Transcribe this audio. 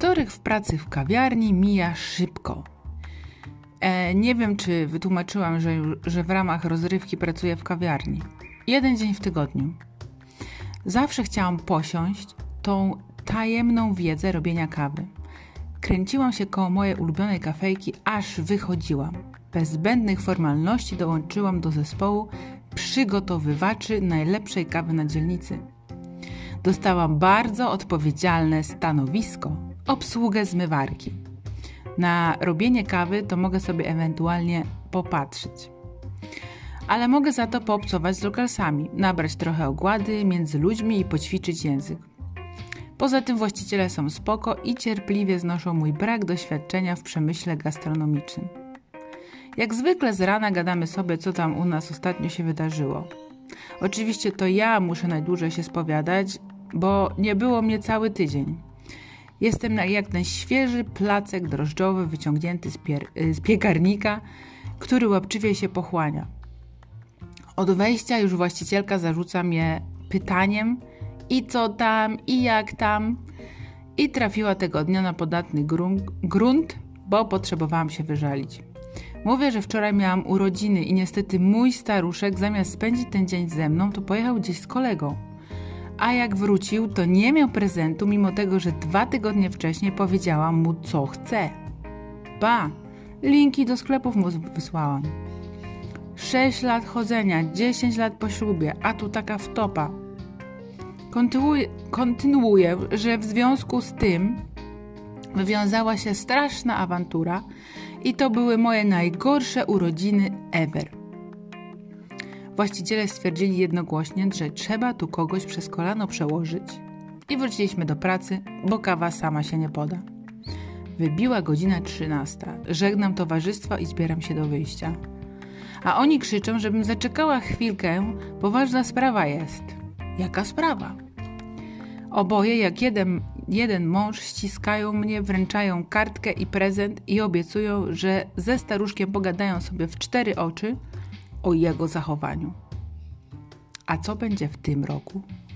Wtorek w pracy w kawiarni mija szybko. Nie wiem, czy wytłumaczyłam, że w ramach rozrywki pracuję w kawiarni. 1 dzień w tygodniu. Zawsze chciałam posiąść tą tajemną wiedzę robienia kawy. Kręciłam się koło mojej ulubionej kafejki, aż wychodziłam. Bez zbędnych formalności dołączyłam do zespołu przygotowywaczy najlepszej kawy na dzielnicy. Dostałam bardzo odpowiedzialne stanowisko – obsługę zmywarki. Na robienie kawy to mogę sobie ewentualnie popatrzeć. Ale mogę za to poobcować z lokalsami, nabrać trochę ogłady między ludźmi i poćwiczyć język. Poza tym właściciele są spoko i cierpliwie znoszą mój brak doświadczenia w przemyśle gastronomicznym. Jak zwykle z rana gadamy sobie, co tam u nas ostatnio się wydarzyło. Oczywiście to ja muszę najdłużej się spowiadać, bo nie było mnie cały tydzień. Jestem jak ten świeży placek drożdżowy wyciągnięty z piekarnika, który łapczywie się pochłania. Od wejścia już właścicielka zarzuca mnie pytaniem i co tam, i jak tam. I trafiła tego dnia na podatny grunt, bo potrzebowałam się wyżalić. Mówię, że wczoraj miałam urodziny i niestety mój staruszek zamiast spędzić ten dzień ze mną, to pojechał gdzieś z kolegą. A jak wrócił, to nie miał prezentu, mimo tego, że 2 tygodnie wcześniej powiedziałam mu, co chce. Linki do sklepów mu wysłałam. 6 lat chodzenia, 10 lat po ślubie, a tu taka wtopa. Kontynuuję, że w związku z tym wywiązała się straszna awantura i to były moje najgorsze urodziny ever. Właściciele stwierdzili jednogłośnie, że trzeba tu kogoś przez kolano przełożyć i wróciliśmy do pracy, bo kawa sama się nie poda. Wybiła godzina 13. Żegnam towarzystwo i zbieram się do wyjścia. A oni krzyczą, żebym zaczekała chwilkę, poważna sprawa jest. Jaka sprawa? Oboje jak jeden mąż ściskają mnie, wręczają kartkę i prezent i obiecują, że ze staruszkiem pogadają sobie w 4 oczy o jego zachowaniu. A co będzie w tym roku?